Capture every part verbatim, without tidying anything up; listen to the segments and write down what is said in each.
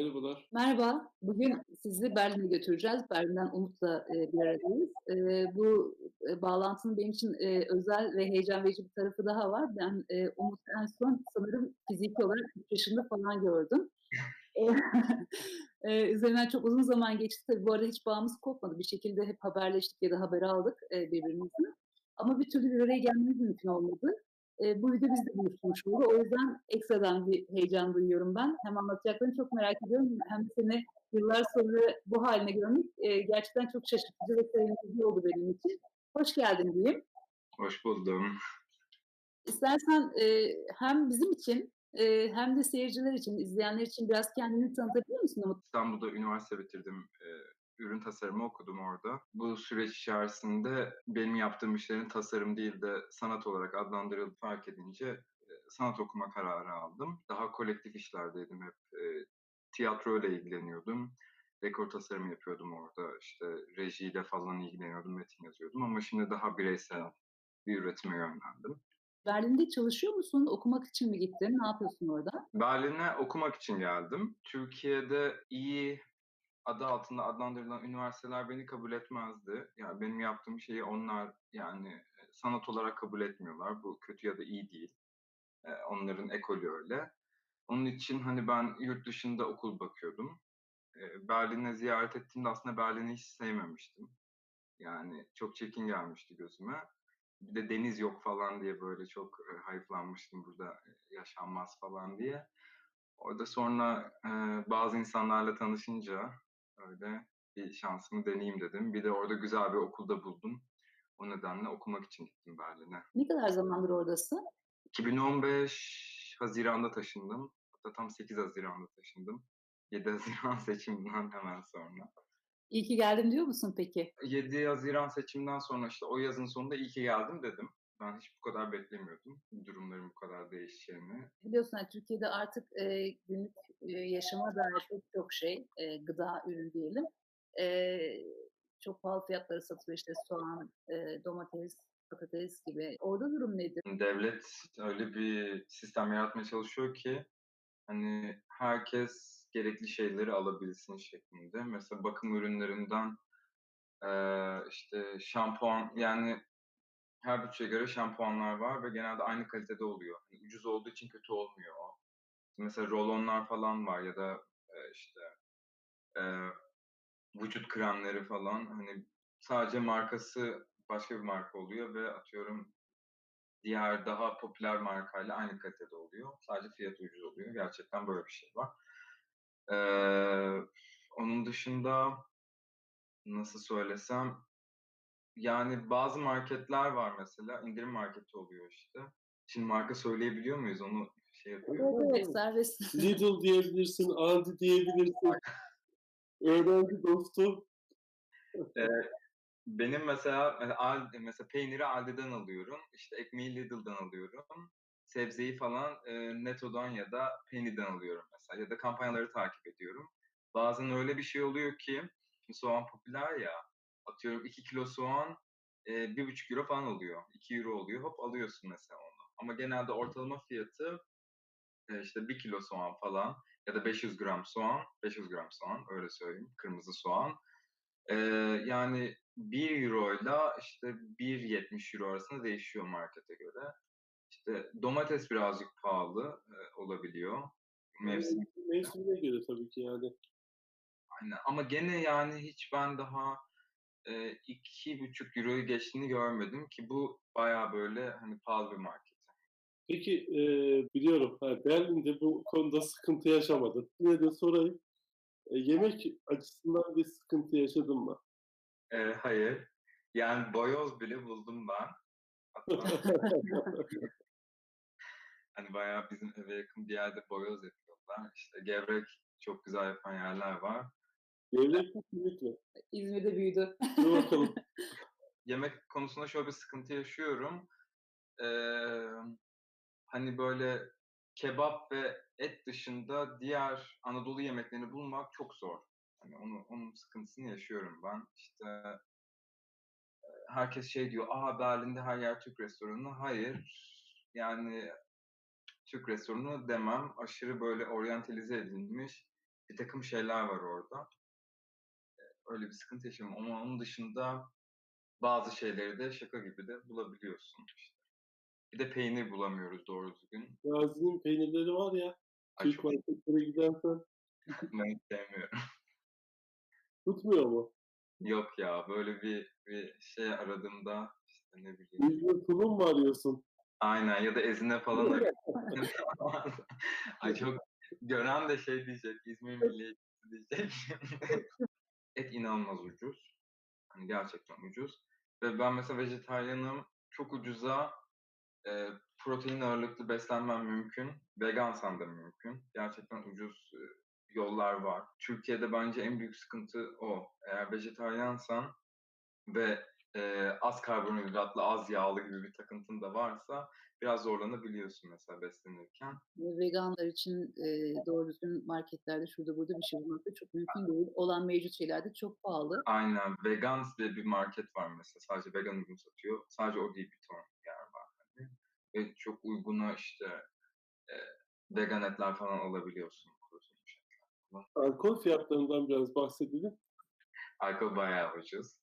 Merhabalar. Merhaba, bugün sizi Berlin'e götüreceğiz. Berlin'den Umut'la, eee, bir aradayız. Eee, bu, eee, bağlantının benim için, eee, özel ve heyecan verici bir tarafı daha var. Ben, eee, Umut'u en son sanırım fiziki olarak üç yaşında falan gördüm. Eee, eee, üzerinden çok uzun zaman geçti tabii. Bu arada hiç bağımız kopmadı. Bir şekilde hep haberleştik ya da haber aldık, eee, birbirimizden. Ama bir türlü bir araya gelmemiz mümkün olmadı. Eee, bu videoda biz de buluşmuş oldu. O yüzden ekstradan bir heyecan duyuyorum ben. Hem anlatacaklarını çok merak ediyorum hem de seni yıllar sonra bu hâline görmek, eee, gerçekten çok şaşırtıcı ve sevindirici oldu benim için. Hoş geldin diyeyim. Hoş buldum. İstersen, eee, hem bizim için, eee, hem de seyirciler için, izleyenler için biraz kendini tanıtabilir misin Umut? İstanbul'da üniversite bitirdim. Eee, ürün tasarımı okudum orada. Bu süreç içerisinde benim yaptığım işlerin tasarım değil de sanat olarak adlandırıldığını fark edince, eee, sanat okuma kararı aldım. Daha kolektif işlerdeydim hep. Eee, tiyatroyla ilgileniyordum. Dekor tasarımı yapıyordum orada. İşte rejiyle falan ilgileniyordum, metin yazıyordum ama şimdi daha bireysel bir üretime yönlendim. Berlin'de çalışıyor musun? Okumak için mi gittin? Ne yapıyorsun orada? Berlin'e okumak için geldim. Türkiye'de iyi adı altında adlandırılan üniversiteler beni kabul etmezdi. Yani benim yaptığım şeyi onlar, yani, eee, sanat olarak kabul etmiyorlar. Bu kötü ya da iyi değil. Eee, onların ekolü öyle. Onun için, hani, ben yurt dışında okul bakıyordum. Eee, Berlin'i ziyaret ettiğimde aslında Berlin'i hiç sevmemiştim. Yani çok çirkin gelmişti gözüme. Bir de deniz yok falan diye böyle çok, eee, hayıflanmıştım burada, eee, yaşanmaz falan diye. Orada sonra, eee, bazı insanlarla tanışınca öyle bir şansımı deneyeyim dedim. Bir de orada güzel bir okulda buldum. O nedenle okumak için gittim Berlin'e. Ne kadar zamandır oradasın? iki bin on beş haziranda taşındım. Hatta tam sekiz haziranda taşındım. yedi Haziran seçiminden hemen sonra. İyi ki geldim diyor musun peki? yedi Haziran seçimden sonra, işte, o yazın sonunda iyi ki geldim dedim. Ben hiç bu kadar beklemiyordum, durumların bu kadar değişeceğini. Biliyorsun, hani, Türkiye'de artık, eee, günlük, eee, yaşama dair pek çok şey, eee, gıda ürünü diyelim, eee, çok pahalı fiyatlara satılıyor. İşte soğan, eee, domates, patates gibi. Orada durum nedir? Devlet öyle bir sistem yaratmaya çalışıyor ki, hani, herkes gerekli şeyleri alabilsin şeklinde. Mesela bakım ürünlerinden, eee, işte, şampuan, yani, her bütçeye göre şampuanlar var ve genelde aynı kalitede oluyor. Hani, ucuz olduğu için kötü olmuyor o. Mesela rolonlar falan var ya da, eee, işte, eee, vücut kremleri falan, hani, sadece markası başka bir marka oluyor ve atıyorum diğer daha popüler markayla aynı kalitede oluyor. Sadece fiyatı ucuz oluyor. Gerçekten böyle bir şey var. Eee, Onun dışında nasıl söylesem, yani bazı marketler var mesela, indirim marketi oluyor işte. Şimdi marka söyleyebiliyor muyuz? Onu şey yapıyorum. Evet, Evet, evet, evet. serbest. Lidl diyebilirsin, Aldi diyebilirsin, öğrenci dostu. Eee, Benim mesela, eee, Aldi mesela peyniri Aldi'den alıyorum, işte ekmeği Lidl'dan alıyorum, sebzeyi falan, eee, Netto'dan ya da Penny'den alıyorum mesela ya da kampanyaları takip ediyorum. Bazen öyle bir şey oluyor ki, şimdi soğan popüler ya, atıyorum iki kilo soğan, eee, bir buçuk euro falan oluyor, iki euro oluyor. Hop alıyorsun mesela onu. Ama genelde ortalama fiyatı, eee, işte bir kilo soğan falan ya da beş yüz gram soğan, beş yüz gram soğan öyle söyleyeyim, kırmızı soğan. Eee, yani bir euroyla işte bir yetmiş euro arasında değişiyor markete göre. İşte domates birazcık pahalı, eee, olabiliyor mevsim. Anladım. Mevsimine göre tabii ki yani. Aynen ama gene yani hiç ben daha, eee, iki buçuk euroyu geçtiğini görmedim ki bu bayağı böyle, hani, pahalı bir market. Peki, eee, biliyorum, ha, Berlin'de bu konuda sıkıntı yaşamadın. Yine de sorayım. Eee, yemek açısından bir sıkıntı yaşadın mı? Eee, hayır. Yani boyoz bile buldum ben. Hatta hani bayağı bizim eve yakın bir yerde boyoz yapıyorlar. İşte gevrek çok güzel yapan yerler var. Gevrek mi, simit mi? İzmir'de büyüdü. Dur bakalım. Yemek konusunda şöyle bir sıkıntı yaşıyorum. Emm, Hani, böyle, kebap ve et dışında diğer Anadolu yemeklerini bulmak çok zor. Hani, onu onun sıkıntısını yaşıyorum ben. İşte, herkes şey diyor, "A, Berlin'de her yer Türk restoranı." Hayır, yani Türk restoranı demem. Aşırı böyle oryantalize edilmiş birtakım şeyler var orada. Eee, öyle bir sıkıntı yaşamadım ama onun dışında bazı şeyleri de şaka gibi de bulabiliyorsun işte. Bir de peynir bulamıyoruz doğru düzgün. Gazi'nin peynirleri var ya, Ay Türk çok marketlere gidersen ben hiç sevmiyorum. tutmuyor mu? Yok ya, böyle bir bir şey aradığımda, işte, ne bileyim. İzmir tulum mu arıyorsun? Aynen ya da Ezine falan arıyorum. Ay çok gören de şey diyecek, İzmir milliyetçisi diyecek. Et inanılmaz ucuz. Hani gerçekten ucuz ve ben mesela vejetaryenim. Çok ucuza, eee, protein ağırlıklı beslenmem mümkün. Vegansan da mümkün. Gerçekten ucuz, eee, yollar var. Türkiye'de bence en büyük sıkıntı o. Eğer vejetaryensen ve, eee, az karbonhidratlı, az yağlı gibi bir takıntın da varsa biraz zorlanabiliyorsun mesela beslenirken. Ve veganlar için, eee, doğru düzgün marketlerde şurada burada bir şey bulmak da çok mümkün değil. Olan mevcut şeyler de çok pahalı. Aynen. Vegans diye bir market var mesela. Sadece vegan ürün satıyor. Sadece o değil bir ton yer var hani ve çok uyguna işte, eee, vegan etler falan alabiliyorsun kurutulmuş etler falan. Alkol fiyatlarından biraz bahsedelim. Alkol bayağı ucuz.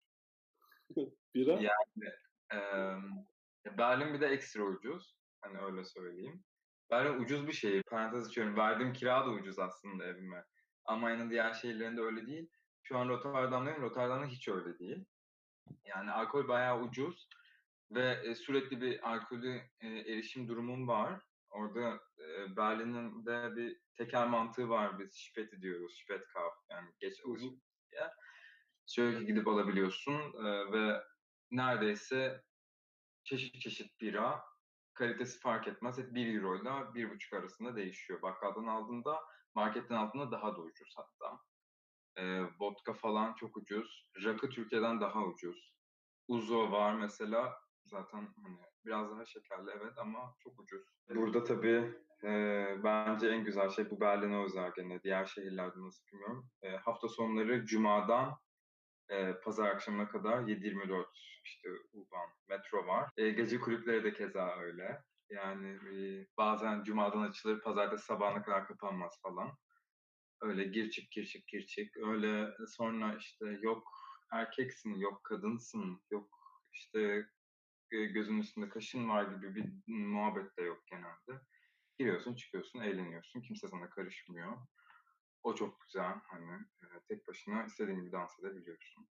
Bira? Yani, emm, ya Berlin bir de ekstra ucuz. Hani öyle söyleyeyim. Berlin ucuz bir şehir. Parantez açıyorum. Verdiğim kira da ucuz aslında evime. Almanya'nın diğer şehirlerinde öyle değil. Şu an Rotterdam'dayım. Rotterdam'da hiç öyle değil. Yani alkol bayağı ucuz ve, eee, sürekli bir alkolü, eee, erişim durumum var. Orada, eee, Berlin'in de bir tekel mantığı var. Biz Spezi diyoruz. Spätkauf yani geç Hı hı. alışveriş diye. Sürekli gidip alabiliyorsun, eee, ve neredeyse çeşit çeşit bira, kalitesi fark etmez. Hep bir euroyla bir buçuk arasında değişiyor. Bakkaldan aldığında, marketten aldığında daha da ucuz hatta. Eee, vodka falan çok ucuz. Rakı Türkiye'den daha ucuz. Ouzo var mesela. Zaten, hani, biraz daha şekerli evet ama çok ucuz. Burada tabii, eee, bence en güzel şey bu Berlin'e özel gene. Diğer şehirlerde nasıl bilmiyorum. Eee, hafta sonları cumadan, eee, pazar akşamına kadar yedi yirmi dört işte U-Bahn, metro var. Eee, gece kulüpleri de keza öyle. Yani, eee, bazen cumadan açılır, pazartesi sabahına kadar kapanmaz falan. Öyle gir çık, gir çık, gir çık. Öyle sonra, işte, yok erkeksin, yok kadınsın, yok, işte, eee, gözünün üstünde kaşın var gibi bir muhabbet de yok genelde. Giriyorsun, çıkıyorsun, eğleniyorsun. Kimse sana karışmıyor. O çok güzel. Hani, eee, tek başına istediğin gibi dans edebiliyorsun.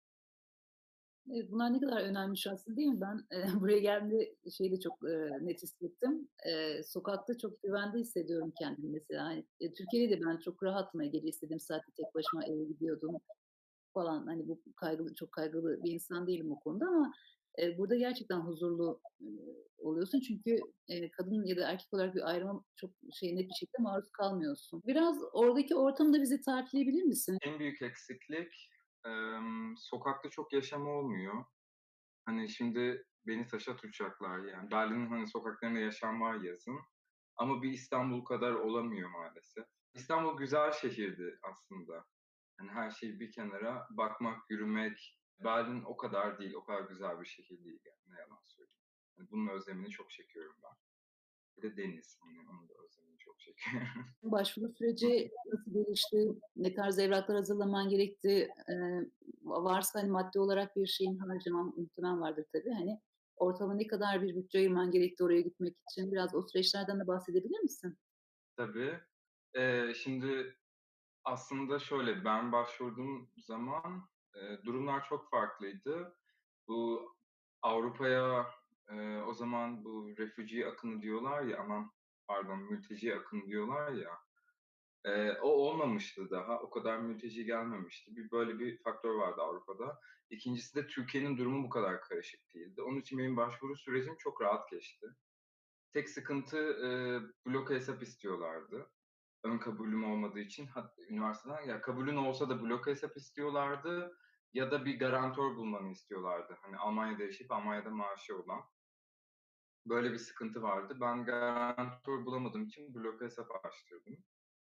Evet, bunlar ne kadar önemli aslında değil mi? Ben, eee, buraya geldiğimde şeyi de çok, eee, net hissettim. Eee, sokakta çok güvende hissediyorum kendimi mesela. Hani, eee, Türkiye'de de ben çok rahattım. Hani, gece istediğim saatte tek başıma eve gidiyordum falan. Hani, bu kaygılı çok kaygılı bir insan değilim o konuda ama, eee, burada gerçekten huzurlu, eee, oluyorsun. Çünkü, eee, kadın ya da erkek olarak bir ayrıma çok şey, net bir şekilde maruz kalmıyorsun. Biraz oradaki ortamı da bize tarifleyebilir misin? En büyük eksiklik, emm, sokakta çok yaşam olmuyor. Hani, şimdi beni taşa tutacaklar yani. Berlin'in, hani, sokaklarında yaşam var yazın ama bir İstanbul kadar olamıyor maalesef. İstanbul güzel şehirdi aslında. Hani, her şeyi bir kenara bakmak, yürümek. Berlin o kadar değil, o kadar güzel bir şehir değil yani, ne yalan söyleyeyim. Hani, bunun özlemini çok çekiyorum ben. Bir de deniz, hani, onun da özlemini çok çekiyorum. Başvuru süreci nasıl gelişti? Ne tarz evraklar hazırlaman gerekti? Eee, varsa, hani, maddi olarak bir şeyin harcaman muhtemelen vardır tabii. Hani, ortalama ne kadar bir bütçe ayırman gerekti oraya gitmek için? Biraz o süreçlerden de bahsedebilir misin? Tabii. Eee, şimdi aslında şöyle, ben başvurduğum zaman, eee, durumlar çok farklıydı. Bu Avrupa'ya, eee, o zaman bu refugee akını diyorlar ya, aman pardon, mülteci akını diyorlar ya, eee, o olmamıştı daha. O kadar mülteci gelmemişti. Bir böyle bir faktör vardı Avrupa'da. ikincisi de Türkiye'nin durumu bu kadar karışık değildi. Onun için benim başvuru sürecim çok rahat geçti. Tek sıkıntı, eee, bloka hesap istiyorlardı. Ön kabulüm olmadığı için hat üniversiteden ya kabulün olsa da bloka hesap istiyorlardı ya da bir garantör bulmanı istiyorlardı. Hani Almanya'da yaşayıp Almanya'da maaşı olan. Böyle bir sıkıntı vardı. Ben garantör bulamadığım için bloka hesap açtırdım.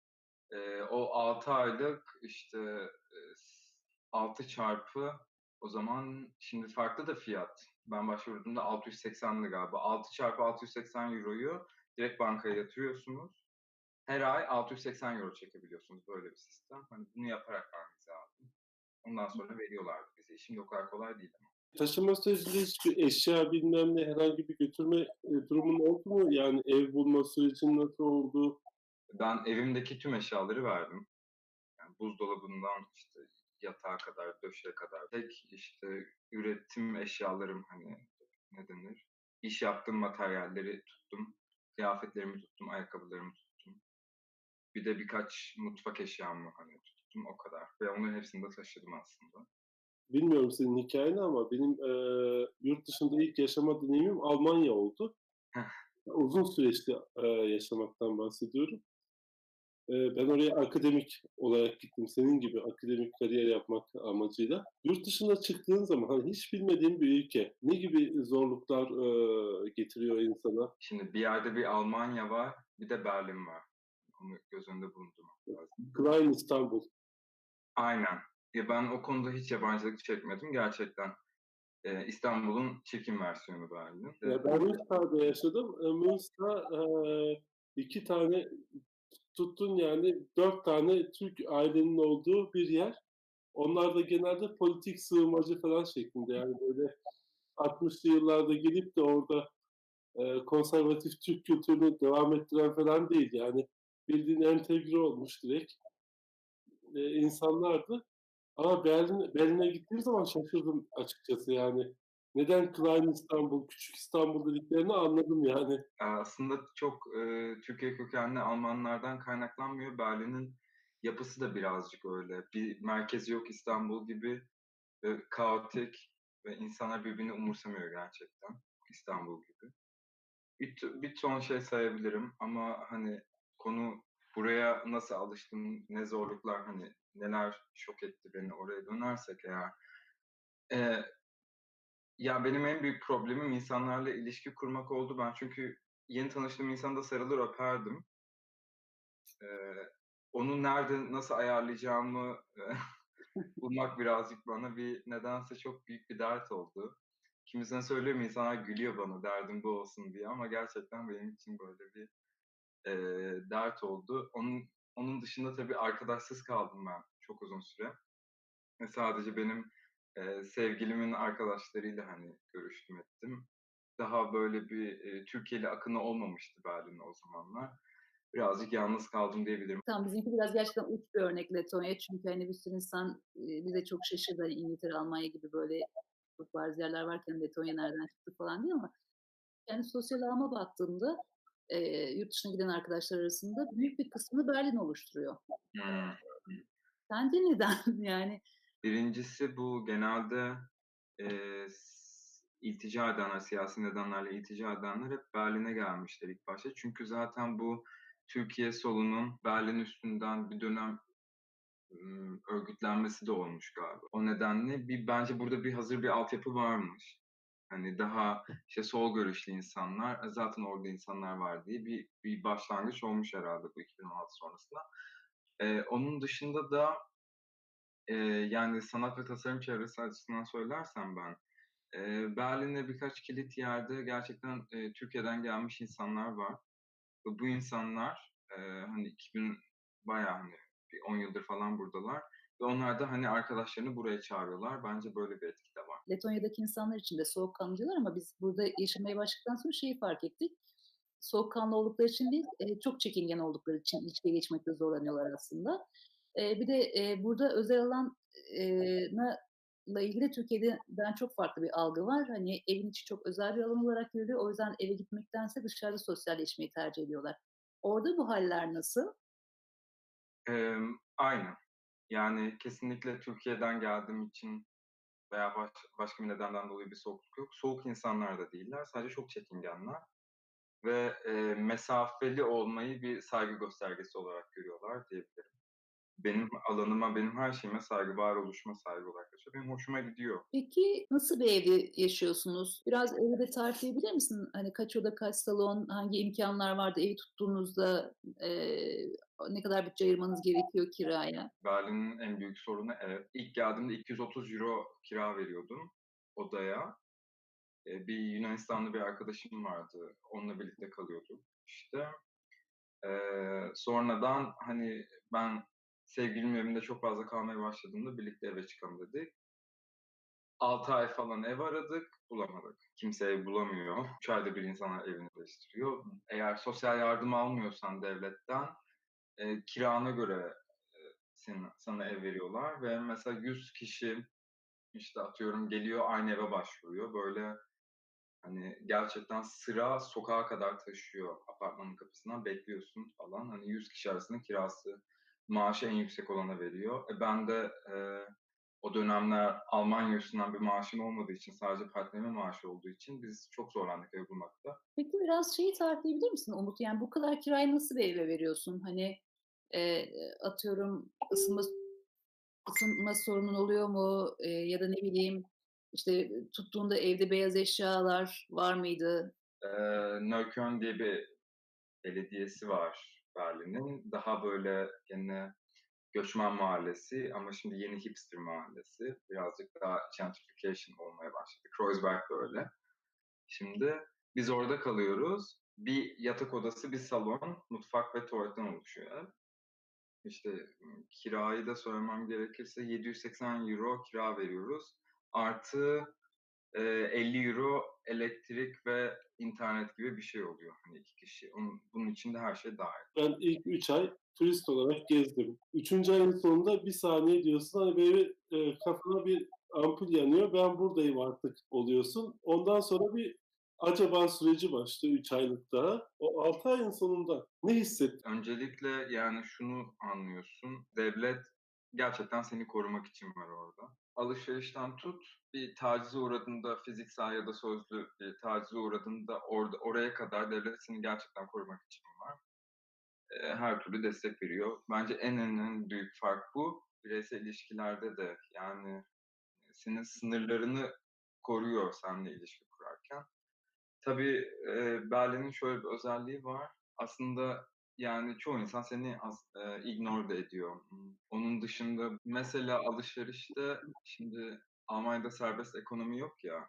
Eee, o altı aylık, işte, eee, s altı çarpı o zaman şimdi farklı da fiyat. Ben başvurduğumda altı yüz seksendi galiba. altı çarpı altı yüz seksen euroyu direkt bankaya yatırıyorsunuz. her ay altı yüz seksen euro çekebiliyorsunuz. Böyle bir sistem. Hani bunu yaparak vermeniz lazım. Ondan sonra veriyorlardı bize. Şimdi o kadar kolay değil ama. Taşınma sürecinde hiçbir eşya bilmem ne herhangi bir götürme e, durumun oldu mu? Yani ev bulma sürecin nasıl oldu? Ben evimdeki tüm eşyaları verdim. Yani buzdolabından işte yatağa kadar, döşeğe kadar. Tek işte üretim eşyalarım hani ne denir? İş yaptığım materyalleri tuttum. Kıyafetlerimi tuttum, ayakkabılarımı tuttum. Bir de birkaç mutfak eşyamı hani tuttum o kadar. Ve onların hepsini de taşıdım aslında. Bilmiyorum senin hikayeni ama benim eee, yurt dışında ilk yaşama deneyimim Almanya oldu. Uzun süreçli eee, yaşamaktan bahsediyorum. Eee, ben oraya akademik olarak gittim. Senin gibi akademik kariyer yapmak amacıyla. Yurt dışına çıktığın zaman hani hiç bilmediğin bir ülke ne gibi zorluklar eee, getiriyor insana? Şimdi bir yerde bir Almanya var, bir de Berlin var. Onu göz önünde bulundurmak lazım. Klein İstanbul. Aynen. Ya ben o konuda hiç yabancılık çekmedim gerçekten. Eee, İstanbul'un çirkin versiyonu Berlin. Ya Eee, ben Münster'de yaşadım. E, Münster eee, iki tane tuttun yani dört tane Türk ailenin olduğu bir yer. Onlar da genelde politik sığınmacı falan şeklinde yani böyle altmışlı yıllarda gelip de orada e, konservatif Türk kültürünü devam ettiren falan değil yani bildiğin entegre olmuş direkt e, insanlardı. Ama Berlin, Berlin'e gittiğim zaman şaşırdım açıkçası yani. Neden Klein İstanbul, Küçük İstanbul dediklerini anladım yani. aslında çok, eee, Türkiye kökenli Almanlardan kaynaklanmıyor. Berlin'in yapısı da birazcık öyle. Bir merkezi yok İstanbul gibi, eee, kaotik ve insanlar birbirini umursamıyor gerçekten İstanbul gibi. Bir t bir ton şey sayabilirim ama, hani, konu buraya nasıl alıştım, ne zorluklar, hani, neler şok etti beni oraya dönersek eğer, eee, ya, benim en büyük problemim insanlarla ilişki kurmak oldu. Ben çünkü yeni tanıştığım insana sarılır öperdim. Eee, onu nerede nasıl ayarlayacağımı, eee, bulmak birazcık bana bir nedense çok büyük bir dert oldu. Kimisine söylüyorum, insanlar gülüyor bana derdim bu olsun diye ama gerçekten benim için böyle bir Eee, dert oldu. Onun onun dışında tabii arkadaşsız kaldım ben çok uzun süre ve sadece benim, eee, sevgilimin arkadaşlarıyla, hani, görüştüm ettim. Daha böyle bir, eee, Türkiye'li akını olmamıştı Berlin'de o zamanlar. Birazcık yalnız kaldım diyebilirim. Tamam, bizimki biraz gerçekten uç bir örnek Letonya. Çünkü, hani, bir sürü insan, eee, bize çok şaşırdı. Hani, İngiltere, Almanya gibi böyle çok bariz yerler varken Letonya nereden çıktı falan diye ama kendi sosyal ağıma baktığımda, eee, yurt dışına giden arkadaşlar arasında büyük bir kısmını Berlin oluşturuyor. Hımm. Sence neden? Yani birincisi bu genelde, eee, s iltica edenler, siyasi nedenlerle iltica edenler hep Berlin'e gelmişler ilk başta. Çünkü zaten bu Türkiye solunun Berlin üstünden bir dönem Imm, örgütlenmesi de olmuş galiba. O nedenle bir bence burada bir hazır bir altyapı varmış. Hani daha, işte, sol görüşlü insanlar, e, zaten orada insanlar var diye bir bir başlangıç olmuş herhâlde bu iki bin on altı sonrasında. Eee, onun dışında da, eee, yani, sanat ve tasarım çevresi açısından söylersem ben, eee, Berlin'de birkaç kilit yerde gerçekten, eee, Türkiye'den gelmiş insanlar var. Ve bu insanlar, eee, hani, iki bin bayağı, hani, bir on yıldır falan buradalar ve onlar da, hani, arkadaşlarını buraya çağırıyorlar. Bence böyle bir etki de var. Letonya'daki insanlar için de soğukkanlı diyorlar ama biz burada yaşamaya başladıktan sonra şeyi fark ettik. Soğukkanlı oldukları için değil, eee, çok çekingen oldukları için ilişkiye geçmekte zorlanıyorlar aslında. Eee, bir de, eee, burada özel alan eee, na la ilgili Türkiye'den çok farklı bir algı var. Hani, evin içi çok özel bir alan olarak görülüyor. O yüzden eve gitmektense dışarıda sosyalleşmeyi tercih ediyorlar. Orada bu hâller nasıl? Emm, aynen. Yani, kesinlikle Türkiye'den geldiğim için veya baş başka bir nedenden dolayı bir soğukluk yok. Soğuk insanlar da değiller. Sadece çok çekingenler ve, eee, mesafeli olmayı bir saygı göstergesi olarak görüyorlar diyebilirim. Benim alanıma, benim her şeyime saygı, varoluşuma saygı olarak yaşıyor. Benim hoşuma gidiyor. Peki, nasıl bir evde yaşıyorsunuz? Biraz evi de tarifleyebilir misin? Hani, kaç oda, kaç salon, hangi imkânlar vardı evi tuttuğunuzda? Eee, ne kadar bütçe ayırmanız gerekiyor kiraya? Berlin'in en büyük sorunu ev. İlk geldiğimde iki yüz otuz euro kira veriyordum odaya. Eee, bir Yunanistanlı bir arkadaşım vardı. Onunla birlikte kalıyorduk işte. Eee, sonradan, hani, ben sevgilimin evinde çok fazla kalmaya başladığımda birlikte eve çıkalım dedik. altı ay falan ev aradık, bulamadık. Kimse ev bulamıyor. üç ayda bir insanlar evini değiştiriyor. Eğer sosyal yardım almıyorsan devletten, eee, kirana göre, eee, senin sana ev veriyorlar ve mesela yüz kişi, işte, atıyorum geliyor, aynı eve başvuruyor. Böyle, hani, gerçekten sıra sokağa kadar taşıyor apartmanın kapısından, bekliyorsun falan. Hani, yüz kişi arasında kirası, maaşı en yüksek olana veriyor. E, ben de, eee, o dönemler Almanya üstünden bir maaşım olmadığı için, sadece partnerimin maaşı olduğu için biz çok zorlandık ev bulmakta. Peki biraz şeyi tarifleyebilir misin Umut? Yani bu kadar kirayı nasıl bir eve veriyorsun? Hani, eee, atıyorum ısınma ısınma sorunun oluyor mu? Eee, ya da ne bileyim, işte, tuttuğunda evde beyaz eşyalar var mıydı? Eee, Neukölln diye bir belediyesi var Berlin'in. Daha böyle gene göçmen mahallesi ama şimdi yeni hipster mahallesi. Birazcık daha gentrification olmaya başladı. Kreuzberg de öyle. Şimdi biz orada kalıyoruz. Bir yatak odası, bir salon, mutfak ve tuvaletten oluşuyor ev. İşte, ımm, kirayı da söylemem gerekirse yedi yüz seksen euro kira veriyoruz. Artı, eee, elli euro elektrik ve internet gibi bir şey oluyor, hani, iki kişi. Onun bunun içinde her şey dâhil. Ben ilk üç ay turist olarak gezdim. üçüncü ayın sonunda bir saniye diyorsun, hani, böyle, eee, kafana bir ampul yanıyor, "Ben buradayım artık." oluyorsun. Ondan sonra bir acaba süreci başlıyor üç aylık daha. O altı ayın sonunda ne hissettin? Öncelikle, yani, şunu anlıyorsun, devlet gerçekten seni korumak için var orada. Alışverişten tut, bir tacize uğradığında, fiziksel ya da sözlü bir tacize uğradığında orada oraya kadar devlet seni gerçekten korumak için var. Eee, her türlü destek veriyor. Bence en en en büyük fark bu. Bireysel ilişkilerde de, yani, senin sınırlarını koruyor seninle ilişki kurarken. Tabii, eee, Berlin'in şöyle bir özelliği var. Aslında, yani, çoğu insan seni as eee, ignore de ediyor. Imm, onun dışında mesela alışverişte şimdi Almanya'da serbest ekonomi yok ya,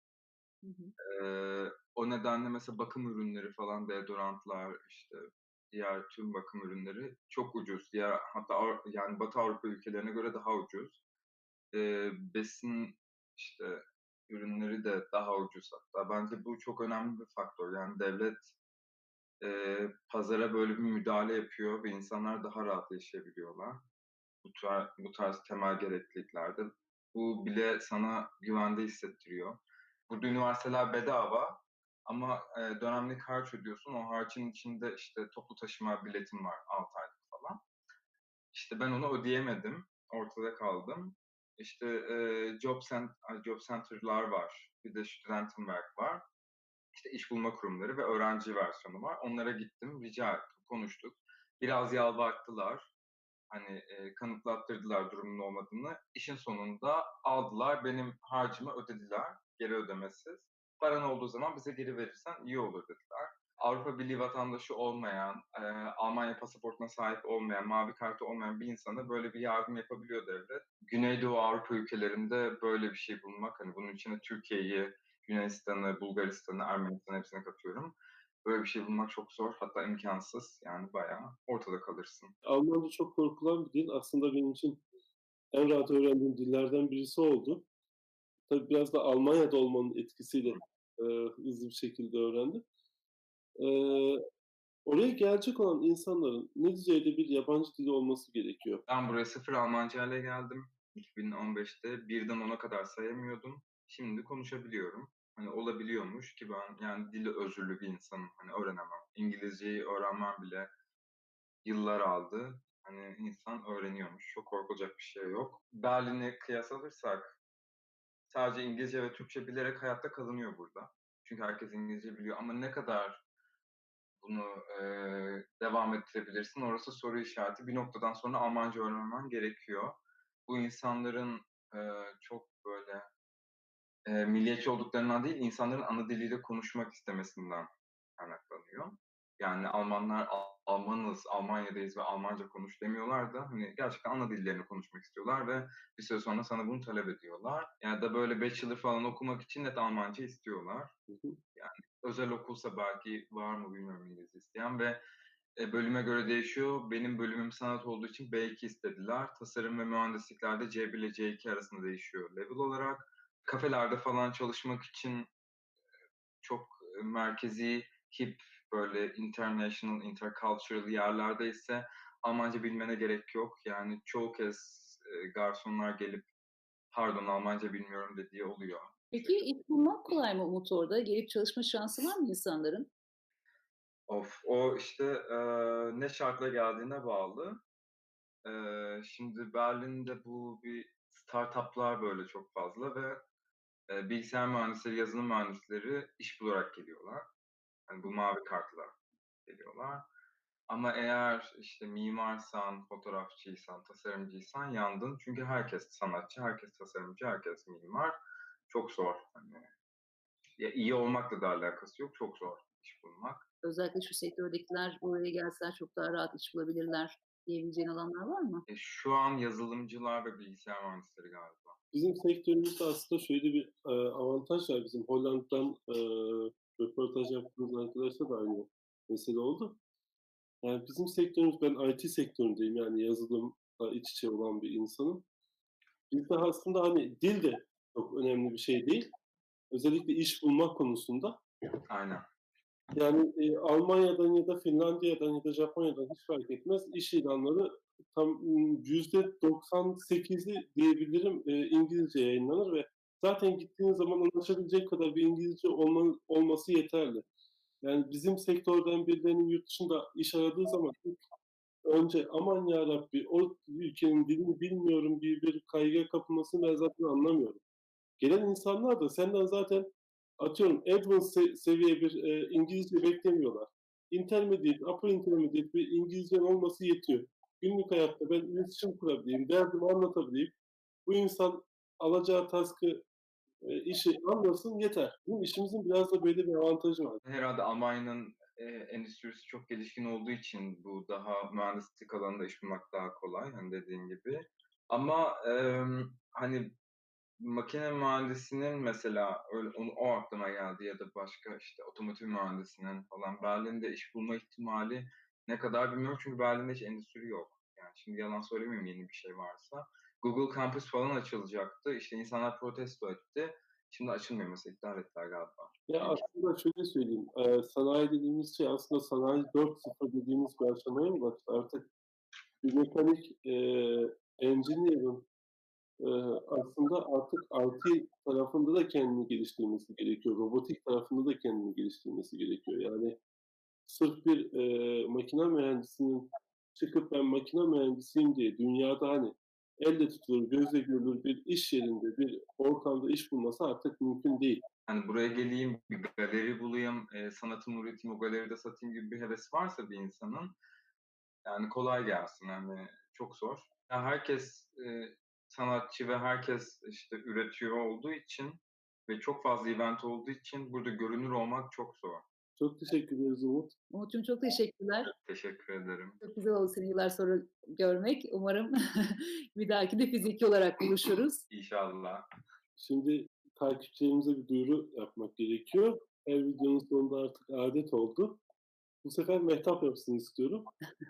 Hı hı. eee, o nedenle mesela bakım ürünleri falan, deodorantlar, işte, diğer tüm bakım ürünleri çok ucuz. Diğer hatta Avru yani Batı Avrupa ülkelerine göre daha ucuz. Eee, besin, işte, ürünleri de daha ucuz hatta. Bence bu çok önemli bir faktör. Yani devlet, eee, pazara böyle bir müdahale yapıyor ve insanlar daha rahat yaşayabiliyorlar bu tar bu tarz temel gerekliliklerde. Bu bile sana güvende hissettiriyor. Burada üniversiteler bedava ama, eee, dönemlik harç ödüyorsun. O harcın içinde, işte, toplu taşıma biletin var altı aylık falan. İşte, ben onu ödeyemedim, ortada kaldım. İşte, eee, job cent ay, job center'lar var, bir de Studentenwerk var. İşte, iş bulma kurumları ve öğrenci versiyonu var. Onlara gittim, rica ettim, konuştuk. Biraz yalvarttılar, hani, eee, kanıtlattırdılar durumun olmadığını. İşin sonunda aldılar, benim harcımı ödediler, geri ödemesiz. "Paran olduğu zaman bize geri verirsen iyi olur." dediler. Avrupa Birliği vatandaşı olmayan, eee, Almanya pasaportuna sahip olmayan, mavi kartı olmayan bir insana böyle bir yardım yapabiliyor devlet. Güneydoğu Avrupa ülkelerinde böyle bir şey bulmak, hani, bunun içine Türkiye'yi, Yunanistan'ı, Bulgaristan'ı, Ermenistan'ı hepsini katıyorum. Böyle bir şey bulmak çok zor, hatta imkânsız. Yani bayağı ortada kalırsın. Almanca çok korkulan bir dil. Aslında benim için en rahat öğrendiğim dillerden birisi oldu. Tabii biraz da Almanya'da olmanın etkisiyle, eee, hızlı bir şekilde öğrendim. Eee, Oraya gelecek olan insanların ne düzeyde bir yabancı dili olması gerekiyor? Ben buraya sıfır Almancayla geldim. iki bin on beşte birden ona kadar sayamıyordum. Şimdi konuşabiliyorum. Hani olabiliyormuş ki ben yani dili özürlü bir insanım. Hani öğrenemem. İngilizceyi öğrenmem bile yıllar aldı. Hani insan öğreniyormuş. Çok korkulacak bir şey yok. Berlin'e kıyas alırsak sadece İngilizce ve Türkçe bilerek hayatta kalınıyor burada. Çünkü herkes İngilizce biliyor ama ne kadar bunu, eee, devam ettirebilirsin? Orası soru işareti. Bir noktadan sonra Almanca öğrenmen gerekiyor. Bu insanların, eee, çok böyle, eee, milliyetçi olduklarından değil, insanların ana diliyle konuşmak istemesinden kaynaklanıyor. Yani Almanlar "Al Almanız, Almanya'dayız ve Almanca konuş." demiyorlar da, hani, gerçekten ana dillerini konuşmak istiyorlar ve bir süre sonra sana bunu talep ediyorlar. Ya da böyle bachelor falan okumak için net Almanca istiyorlar. Hı hı. Yani özel okulsa belki var mı bilmiyorum İngilizce isteyen ve Eee, bölüme göre değişiyor. Benim bölümüm sanat olduğu için B iki istediler. Tasarım ve mühendisliklerde C bir ile C iki arasında değişiyor level olarak. Kafelerde falan çalışmak için çok, eee, merkezi, hip, böyle international, intercultural yerlerdeyse Almanca bilmene gerek yok. Yani çoğu kez, eee, garsonlar gelip "Pardon, Almanca bilmiyorum." dediği oluyor bu Peki şekilde. iş bulmak kolay mı Umut orada? Gelip çalışma şansı var mı insanların? Of, o işte, eee, ne şartla geldiğine bağlı. Eee, şimdi Berlin'de bu bir startup'lar böyle çok fazla ve, eee, bilgisayar mühendisleri, yazılım mühendisleri iş bularak geliyorlar. Hani bu mavi kartla geliyorlar. Ama eğer, işte, mimarsan, fotoğrafçıysan, tasarımcıysan yandın. Çünkü herkes sanatçı, herkes tasarımcı, herkes mimar. Çok zor. Hani, ya iyi olmakla da alakası yok, çok zor iş bulmak. Özellikle şu sektördekiler buraya gelseler çok daha rahat iş bulabilirler diyebileceğin alanlar var mı? E, şu an yazılımcılar ve bilgisayar mühendisleri galiba. Bizim sektörümüzde aslında şöyle bir, eee, avantaj var. Bizim Hollanda'dan, eee, röportaj yaptığımız arkadaşla da aynı mesele oldu. Yani bizim sektörümüz, ben I T sektöründeyim, yani yazılımla iç içe olan bir insanım. Bizde aslında, hani, dil de çok önemli bir şey değil. Özellikle iş bulmak konusunda. Aynen. Yani, eee, Almanya'dan ya da Finlandiya'dan ya da Japonya'dan hiç fark etmez, iş ilanları tam, ımm, yüzde doksan sekizi diyebilirim, eee, İngilizce yayınlanır ve zaten gittiğin zaman anlaşabilecek kadar bir İngilizce olman olması yeterli. Yani bizim sektörden birilerinin yurt dışında iş aradığı zaman ilk önce "Aman yarabbi, o ülkenin dilini bilmiyorum." diye bir kaygıya kapılmasını ben zaten anlamıyorum. Gelen insanlar da senden zaten atıyorum advanced se seviye bir, eee, İngilizce beklemiyorlar. Intermediate, upper intermediate bir İngilizcen olması yetiyor. Günlük hayatta ben iletişim kurabileyim, derdimi anlatabileyim. Bu insan alacağı task'ı, eee, işi anlasın yeter. Bizim işimizin biraz da böyle bir avantajı var. Herhâlde Almanya'nın, eee, endüstrisi çok gelişkin olduğu için bu daha mühendislik alanında iş bulmak daha kolay, hani, dediğin gibi. Ama, emm, hani, makine mühendisinin mesela öyle onu o aklıma geldi ya da başka, işte, otomotiv mühendisinin falan Berlin'de iş bulma ihtimali ne kadar bilmiyorum çünkü Berlin'de hiç endüstri yok. Yani şimdi yalan söylemeyeyim yeni bir şey varsa. Google Campus falan açılacaktı. İşte, insanlar protesto etti. Şimdi açılmıyor mesela, iptal ettiler galiba. Ya, İlk aslında şöyle söyleyeyim, eee, sanayi dediğimiz şey aslında sanayi dört nokta sıfır dediğimiz bir aşamaya ulaştı. Artık bir mekanik, eee, engineer'ın, eee, aslında artık I T tarafında da kendini geliştirmesi gerekiyor. Robotik tarafında da kendini geliştirmesi gerekiyor. Yani sırf bir, eee, makine mühendisinin çıkıp ben makine mühendisiyim diye dünyada, hani, elle tutulur, gözle görülür bir iş yerinde, bir ortamda iş bulması artık mümkün değil. Hani, buraya geleyim, bir galeri bulayım, eee, sanatımı üreteyim, o galeride satayım gibi bir heves varsa bir insanın, yani, kolay gelsin, hani, çok zor. Ya, herkes, eee, sanatçı ve herkes, işte, üretiyor olduğu için ve çok fazla event olduğu için burada görünür olmak çok zor. Çok teşekkür ederiz Umut. Umut'cum çok teşekkürler. Teşekkür ederim. Çok güzel oldu seni yıllar sonra görmek. Umarım bir dahakinde fiziki olarak buluşuruz. İnşallah. Şimdi takipçilerimize bir duyuru yapmak gerekiyor. Her videonun sonunda artık adet oldu. Bu sefer Mehtap yapsın istiyorum.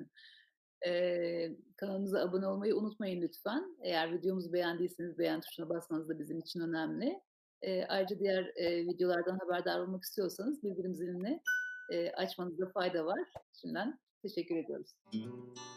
Eee, kanalımıza abone olmayı unutmayın lütfen. Eğer videomuzu beğendiyseniz beğen tuşuna basmanız da bizim için önemli. Eee, ayrıca diğer, eee, videolardan haberdar olmak istiyorsanız bildirim zilini, eee, açmanızda fayda var. Şimdiden teşekkür ediyoruz.